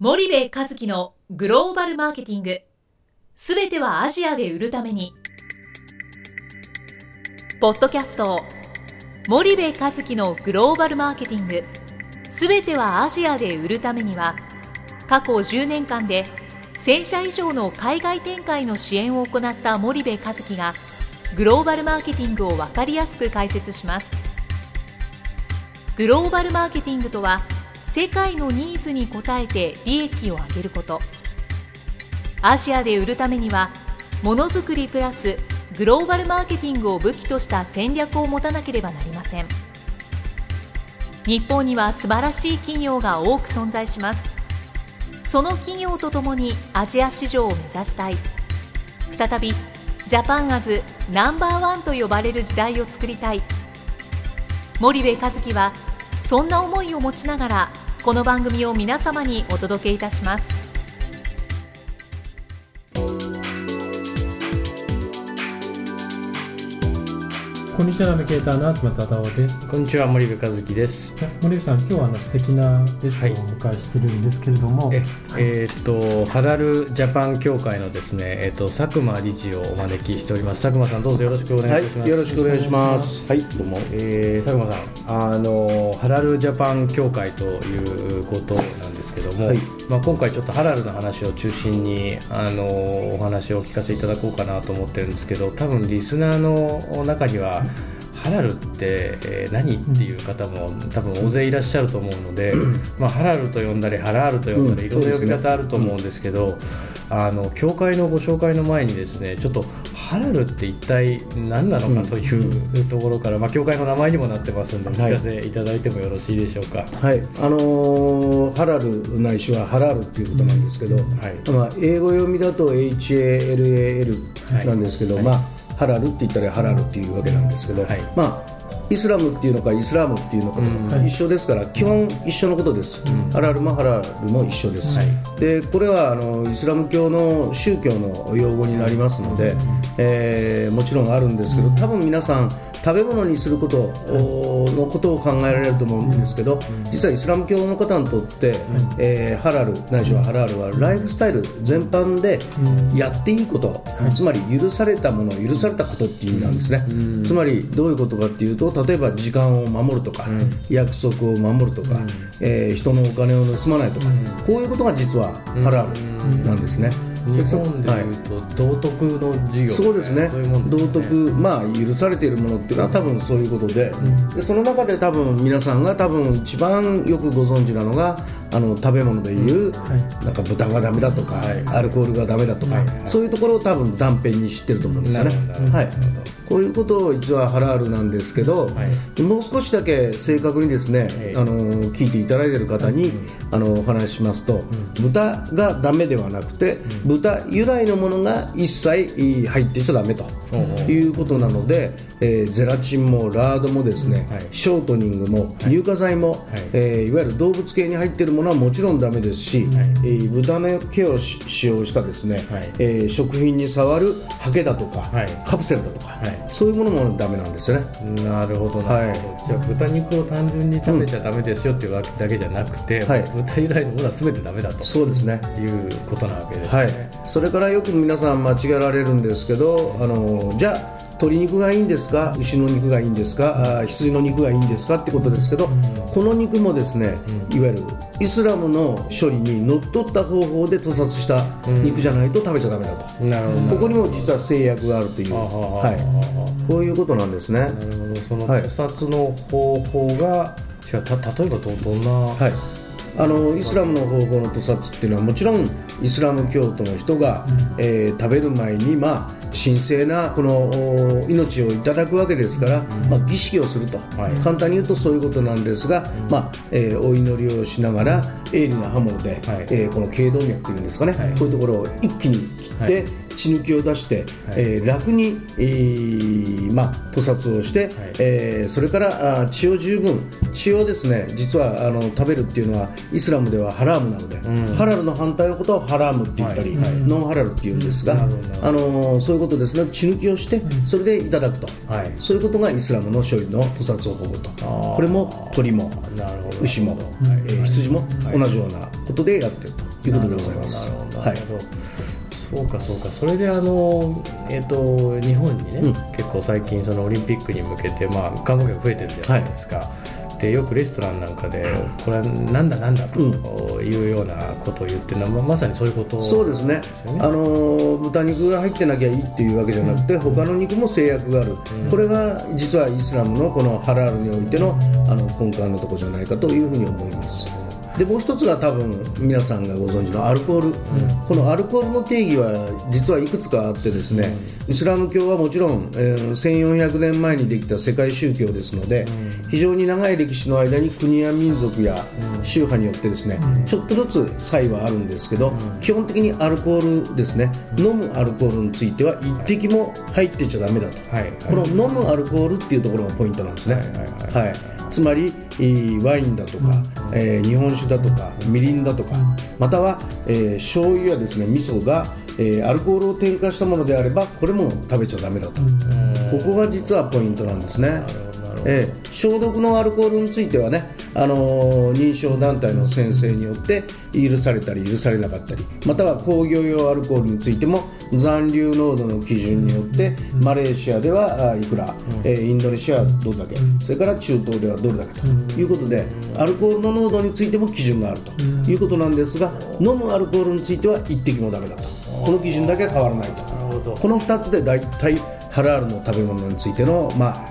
森部一樹のグローバルマーケティング、すべてはアジアで売るために。ポッドキャスト森部一樹のグローバルマーケティング、すべてはアジアで売るためには、過去10年間で1000社以上の海外展開の支援を行った森部一樹がグローバルマーケティングを分かりやすく解説します。グローバルマーケティングとは、世界のニーズに応えて利益を上げること。アジアで売るためには、ものづくりプラスグローバルマーケティングを武器とした戦略を持たなければなりません。日本には素晴らしい企業が多く存在します。その企業とともにアジア市場を目指したい。再びジャパンアズナンバーワンと呼ばれる時代を作りたい。森部一樹はそんな思いを持ちながら、この番組を皆様にお届けいたします。 こんにちは、ナビゲーターの東忠夫です。 こんにちは、森部一樹です。 森部さん、今日は素敵なゲストをお迎えしてるんですけれども、 ハラルジャパン協会のですね、佐久間理事をお招きしております。佐久間さん、どうぞよろしくお願いします。 よろしくお願いします。はい、どうも。 佐久間さん、ハラルジャパン協会ということなんですけども、今回ちょっとハラルの話を中心にお話をお聞かせいただこうかなと思ってるんですけど、多分リスナーの中にはハラルって、何っていう方も多分大勢いらっしゃると思うので、ハラルと呼んだりハラールと呼んだり、いろんな呼び方あると思うんですけど、教会のご紹介の前にですね、ちょっとハラルって一体何なのかというところから、教会の名前にもなってますので、お聞かせいただいてもよろしいでしょうか。 はい、ハラルないしはハラールっていうことなんですけど、英語読みだと HALAL なんですけど、ハラルって言ったらハラルっていうわけなんですけど、イスラムっていうのかイスラムっていうのかと一緒ですから、基本一緒のことです。ハラルもハラルも一緒です。でこれはイスラム教の宗教の用語になりますので、もちろんあるんですけど、多分皆さん食べ物にすることのことを考えられると思うんですけど、実はイスラム教の方にとって、ハラルないしはハラールはライフスタイル全般でやっていいこと、つまり許されたもの、許されたことっていう意味なんですね。つまりどういうことかっていうと、例えば時間を守るとか、約束を守るとか、人のお金を盗まないとか、こういうことが実はハラールなんですね。 日本でいうと道徳の授業、 そうですね、道徳、許されているものっていうのは多分そういうことで、その中で多分皆さんが多分一番よくご存知なのが食べ物でいう、なんか豚がダメだとか、アルコールがダメだとか、そういうところを多分断片に知ってると思うんですよね。こういうことを実はハラールなんですけど、もう少しだけ正確にですね、聞いていただいている方にお話ししますと、豚がダメではなくて、豚由来のものが一切入っていちゃダメということなので、ゼラチンもラードもですね、ショートニングも乳化剤も、いわゆる動物系に入っているものはもちろんダメですし、豚の毛を使用したですね、食品に触るハケだとか、カプセルだとか、そういうものもダメなんですよね。 なるほど、じゃあ豚肉を単純に食べちゃダメですよっていうわけだけじゃなくて、豚由来のものは全てダメだと、そうですね、いうことなわけですね。 それからよく皆さん間違えられるんですけど、じゃあ鶏肉がいいんですか、牛の肉がいいんですか、羊の肉がいいんですかってことですけど、この肉もですね、いわゆるイスラムの処理にのっとった方法で屠殺した肉じゃないと食べちゃダメだと。なるほど。ここにも実は制約があるという、こういうことなんですね。なるほど。その屠殺の方法が例えばどんな、 イスラムの方法の屠殺っていうのは、もちろんイスラム教徒の人が、食べる前に神聖なこの命をいただくわけですから、儀式をすると、簡単に言うとそういうことなんですが、お祈りをしながら鋭利な刃物で、この頸動脈というんですかね、こういうところを一気に切って血抜きを出して、楽に、屠殺をして、それから血を十分、血をですね、実は食べるっていうのはイスラムではハラームなので、ハラルの反対のことをハラームって言ったり、ノンハラルって言うんですが、そういうことですね、血抜きをしてそれでいただくと、そういうことがイスラムの処理の屠殺方法と、これも鳥も牛も、羊も同じようなことでやっていると。 ということでございます。 なるほど、はい、そうかそれで日本にね、結構最近そのオリンピックに向けて、観光客増えてるじゃないですか、でよくレストランなんかでこれはなんだというようなことを言ってるのは、まさにそういうことですよね。 そうですね、豚肉が入ってなきゃいいっていうわけじゃなくて、他の肉も制約がある、これが実はイスラムのこのハラールにおいての根幹のところじゃないかというふうに思います。でもう一つが多分皆さんがご存知のアルコール、このアルコールの定義は実はいくつかあってですね、イスラム教はもちろん、1400年前にできた世界宗教ですので、非常に長い歴史の間に国や民族や宗派によってですね、ちょっとずつ差異はあるんですけど、基本的にアルコールですね、飲むアルコールについては一滴も入ってちゃダメだと、この飲むアルコールっていうところがポイントなんですね。つまりワインだとか、日本酒だとかみりんだとか、または、醤油やですね味噌が、アルコールを添加したものであればこれも食べちゃダメだと、ここが実はポイントなんですね。消毒のアルコールについてはね、認証団体の先生によって許されたり許されなかったり、または工業用アルコールについても残留濃度の基準によってマレーシアではいくら、インドネシアはどれだけ、それから中東ではどれだけということで、アルコールの濃度についても基準があるということなんですが、飲むアルコールについては一滴もダメだと、この基準だけは変わらないと。この2つでだいたいハラールの食べ物についての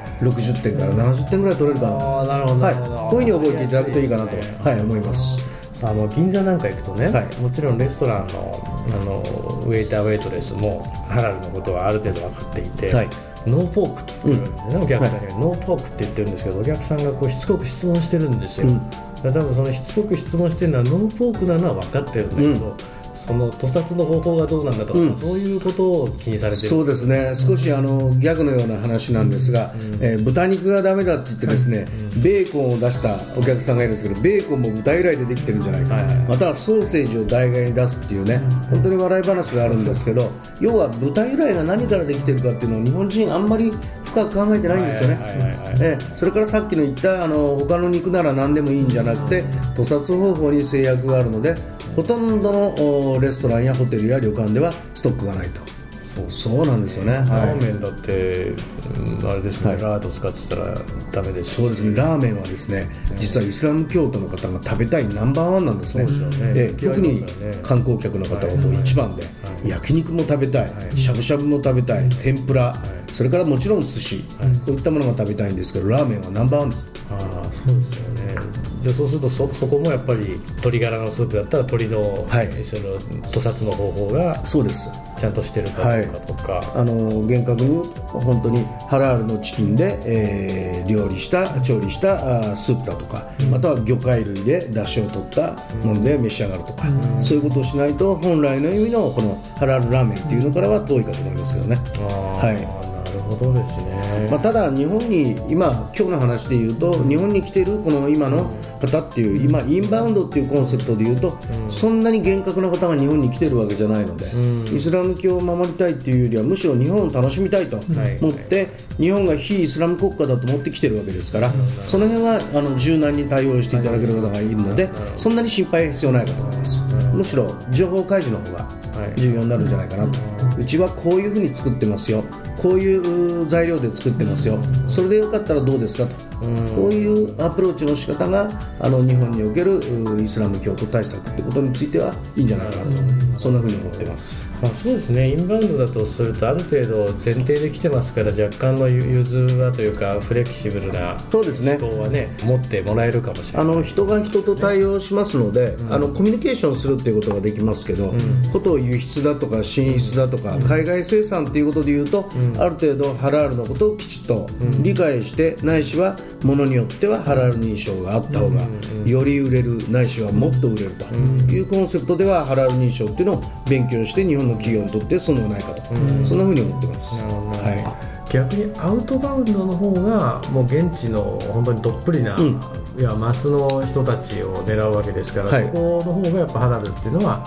60点から70点ぐらい取れるかな。なるほど、こういうふうに覚えていただくといいかなと、思います。 銀座なんか行くとね、もちろんレストランのウェイターウェイトレスもハラルのことはある程度分かっていて、ノーポークって言われるんですね、お客さんにノーポークって言ってるんですけど、お客さんがこうしつこく質問してるんですよ。多分そのしつこく質問してるのはノーポークなのは分かってるんだけど、その屠殺の方法がどうなんだとか、そういうことを気にされてる。 そうですね、少しギャグのような話なんですが、豚肉がダメだって言ってですね、ベーコンを出したお客さんがいるんですけど、ベーコンも豚由来でできてるんじゃないか、またはソーセージを代替に出すっていうね、本当に笑い話があるんですけど、要は豚由来が何からできてるかっていうのを日本人あんまり深く考えてないんですよね。それからさっきの言った他の肉なら何でもいいんじゃなくて、屠殺方法に制約があるので、ほとんどのレストランやホテルや旅館ではストックがないと。そうなんですよね。 ラーメンだってあれですね、ラード使ってたらダメでしょ。 そうですね、ラーメンはですね、実はイスラム教徒の方が食べたいナンバーワンなんですね。特に観光客の方はもう一番で、焼肉も食べたい、しゃぶしゃぶも食べたい、天ぷら、それからもちろん寿司、こういったものが食べたいんですけど、ラーメンはナンバーワンです。 そうですよね。じゃあそうすると そこもやっぱり鶏ガラのスープだったら鶏の、その屠殺の方法がそうですちゃんとしてるかどうかとか、 厳格に本当にハラールのチキンで、調理したスープだとか、または魚介類で出汁を取ったもので召し上がるとか、そういうことをしないと本来の意味のこのハラールラーメンっていうのからは遠いかと思いますけどね。 なるほどですね。 ただ日本に今日の話でいうと、日本に来ているこの今の方っていう、今インバウンドっていうコンセプトでいうと、そんなに厳格な方が日本に来ているわけじゃないので、イスラム教を守りたいっていうよりはむしろ日本を楽しみたいと思って、日本が非イスラム国家だと思って来てるわけですから、その辺は柔軟に対応していただける方がいるので、そんなに心配必要ないかと思います。むしろ情報開示の方が重要になるんじゃないかなと。うちはこういうふうに作ってますよ、こういう材料で作ってますよ、それでよかったらどうですかと、こういうアプローチの仕方が日本におけるイスラム教徒対策ということについてはいいんじゃないかなと、そんなふうに思っています。 そうですね、インバウンドだとするとある程度前提で来てますから、若干の融通はというかフレキシブルな人はね、持ってもらえるかもしれない。 人が人と対応しますので、コミュニケーションするっていうことができますけど、ことを輸出だとか進出だとか、海外生産ということでいうと、ある程度ハラールのことをきちっと理解して、ないしはものによってはハラール認証があった方がより売れる、ないしはもっと売れるというコンセプトでは、ハラール認証っていうのを勉強して日本の企業にとって損はないかと、そんなふうに思ってます。 逆にアウトバウンドの方がもう現地の本当にどっぷりな、いやマスの人たちを狙うわけですから、そこの方がやっぱハラルっていうのは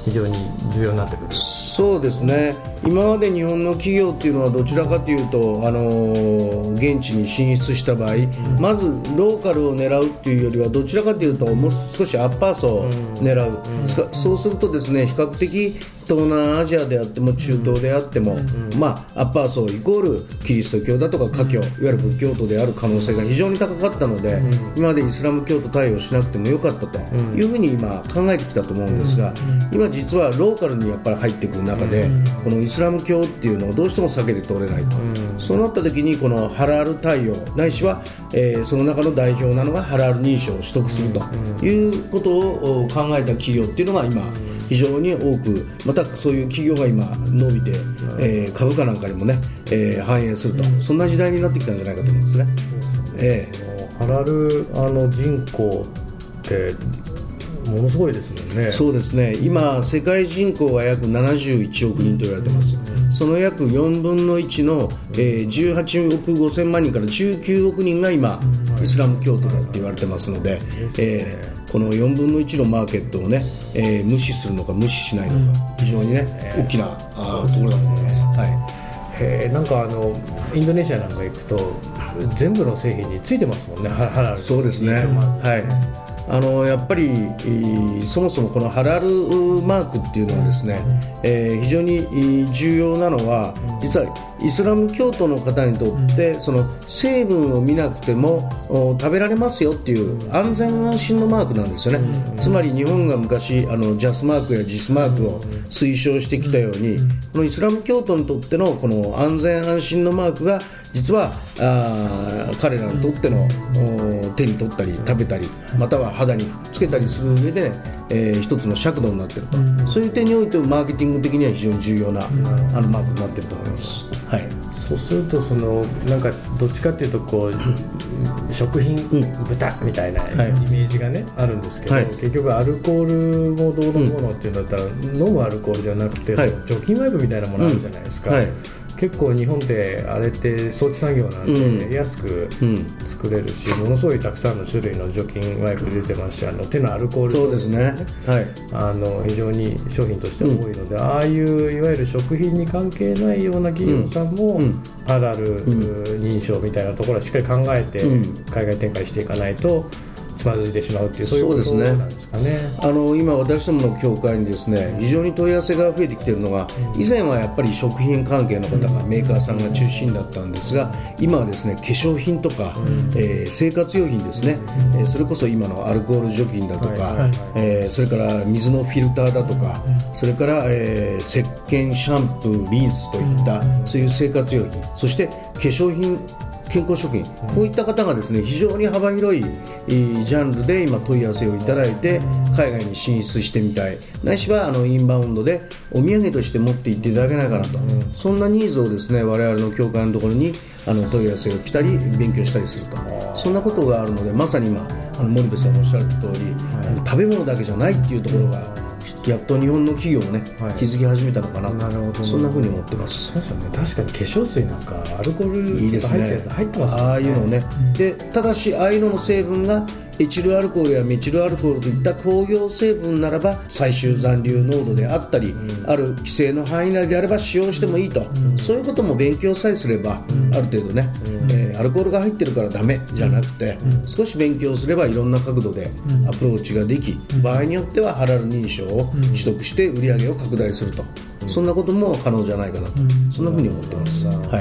非常に重要になってくる。 そうですね、今まで日本の企業っていうのはどちらかというと、現地に進出した場合、まずローカルを狙うっていうよりはどちらかというともう少しアッパー層を狙う、そうするとですね、比較的東南アジアであっても中東であっても、アッパー層イコールキリスト教だとか華僑、いわゆる仏教徒である可能性が非常に高かったので、今までイスラム教徒対応しなくてもよかったというふうに今考えてきたと思うんですが、今実はローカルにやっぱり入ってくる中で、このイスラム教っていうのをどうしても避けて通れないと、そうなった時にこのハラール対応ないしは、その中の代表なのがハラール認証を取得するということを考えた企業っていうのが今非常に多く、またそういう企業が今伸びて、株価なんかにもね、反映すると、そんな時代になってきたんじゃないかと思うんですね。 ハラル人口ってものすごいですもんね。 そうですね、今世界人口が約71億人と言われています。その約4分の1の、18億5000万人から19億人が今イスラム教徒だって言われてますので、この4分の1のマーケットをね、無視するのか無視しないのか、非常にね、大きなところだと思います。 なんかインドネシアなんか行くと全部の製品についてますもんね、ハラル。 そうですね、やっぱりそもそもこのハラルマークっていうのはですね、非常に重要なのは、実はイスラム教徒の方にとってその成分を見なくても食べられますよっていう安全安心のマークなんですよね。つまり日本が昔ジャスマークやジスマークを推奨してきたように、このイスラム教徒にとってのこの安全安心のマークが実は彼らにとっての手に取ったり食べたりまたは肌につけたりする上で、一つの尺度になっていると、そういう点においてマーケティング的には非常に重要なマークになっていると思います。 そうするとなんかどっちかっていうとこう食品、豚みたいなイメージがね、あるんですけど、結局アルコールもどうのものっていうんだったら、飲むアルコールじゃなくて、除菌ワイプみたいなものあるじゃないですか。結構日本ってあれって装置産業なんで安く作れるし、ものすごいたくさんの種類の除菌ワイプ出てますし、手のアルコール、 そうですね、 非常に商品として多いので、ああいういわゆる食品に関係ないような企業さんもハラル認証みたいなところはしっかり考えて海外展開していかないとつまずいてしまうっていう、そういうことなんですかね。 今私どもの協会にですね、非常に問い合わせが増えてきているのが、以前はやっぱり食品関係の方がメーカーさんが中心だったんですが、今はですね、化粧品とか、生活用品ですね、それこそ今のアルコール除菌だとか、それから水のフィルターだとか、それから石鹸、シャンプー、リンスといったそういう生活用品、そして化粧品、健康食品、こういった方がですね、非常に幅広いジャンルで今問い合わせをいただいて、海外に進出してみたい、ないしはインバウンドでお土産として持って行っていただけないかなと、そんなニーズをですね、我々の協会のところに問い合わせが来たり勉強したりすると、そんなことがあるので、まさに今森部さんがおっしゃる通り、食べ物だけじゃないっていうところがやっと日本の企業もね、気づき始めたのかなと、そんな風に思ってます。 そうですよね、確かに化粧水なんかアルコールが入ったやつ入ってますよね。 ああいうのね、でただしああいうのの成分がエチルアルコールやメチルアルコールといった工業成分ならば最終残留濃度であったり、ある規制の範囲内であれば使用してもいいと、そういうことも勉強さえすれば、ある程度ね、アルコールが入ってるからダメじゃなくて、少し勉強すればいろんな角度でアプローチができ、場合によってはハラル認証を取得して売り上げを拡大すると、そんなことも可能じゃないかなと、そんなふうに思ってます。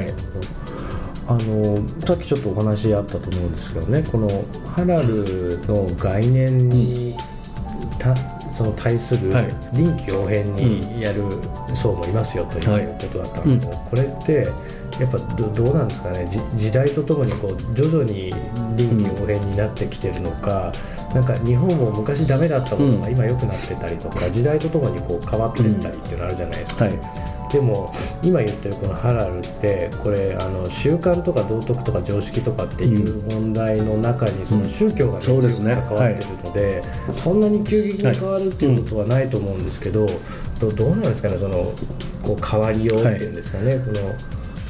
さっきちょっとお話あったと思うんですけどね、このハラルの概念にその対する臨機応変にやる層もいますよということだったんですけど、これってやっぱどうなんですかね、時代とともにこう徐々に臨機応変になってきてるのか、なんか日本も昔ダメだったものが今良くなってたりとか、時代とともにこう変わっていったりっていうのあるじゃないですか。でも今言ってるこのハラルってこれ習慣とか道徳とか常識とかっていう問題の中にその宗教が関わっているので、そんなに急激に変わるっていうことはないと思うんですけど、どうなんですかね、そのこう変わりようっていうんですかね、この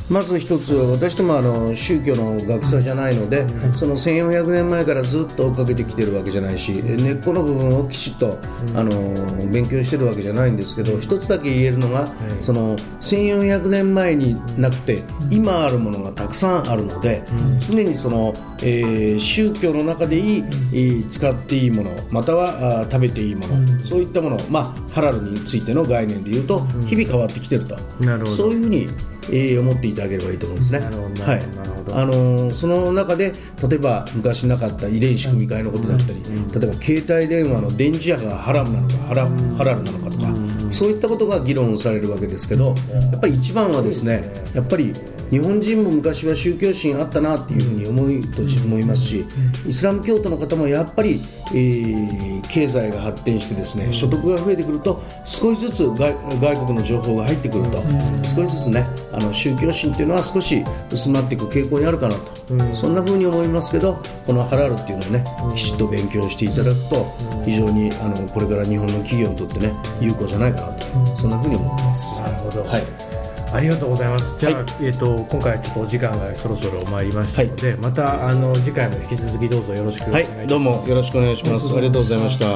まず一つ、私ども宗教の学者じゃないので、その1400年前からずっと追っかけてきてるわけじゃないし、根っこの部分をきちっと勉強してるわけじゃないんですけど、一つだけ言えるのが、その1400年前になくて今あるものがたくさんあるので、常にその、宗教の中でいい、使っていいもの、または食べていいもの、そういったもの、ハラルについての概念でいうと日々変わってきてると、そういうふうに思っていただければいいと思うんですね。その中で例えば昔なかった遺伝子組み換えのことだったり、例えば携帯電話の電磁波がハラルなのかハラルなのかとか、そういったことが議論されるわけですけど、やっぱり一番はですね、やっぱり日本人も昔は宗教心あったなっていうふうに思いますし、イスラム教徒の方もやっぱり、経済が発展してですね、所得が増えてくると少しずつ 外国の情報が入ってくると、少しずつね、宗教心っていうのは少し薄まっていく傾向にあるかなと、そんなふうに思いますけど、このハラルっていうのをね、きちっと勉強していただくと非常にこれから日本の企業にとってね有効じゃないかなと、そんなふうに思います。 なるほど、ありがとうございます。じゃあ、今回ちょっとお時間がそろそろ参りましたので、また次回も引き続きどうぞよろしくお願いします。 どうもよろしくお願いします。ありがとうございました。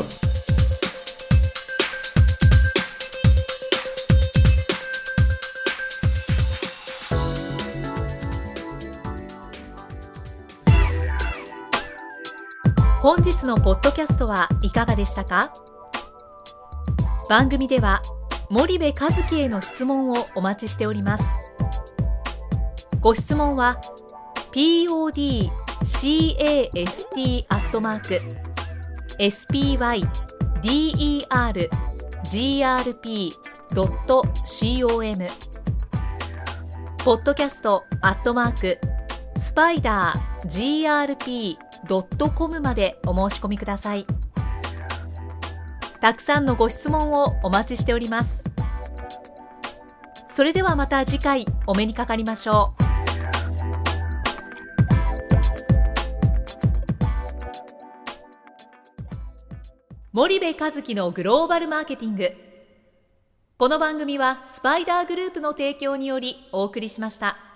本日のポッドキャストはいかがでしたか？番組では森部一樹への質問をお待ちしております。ご質問は podcast@spydergrp.com podcast@spidergrp.com までお申し込みください。たくさんのご質問をお待ちしております。それではまた次回お目にかかりましょう。森部一樹のグローバルマーケティング。この番組はスパイダーグループの提供によりお送りしました。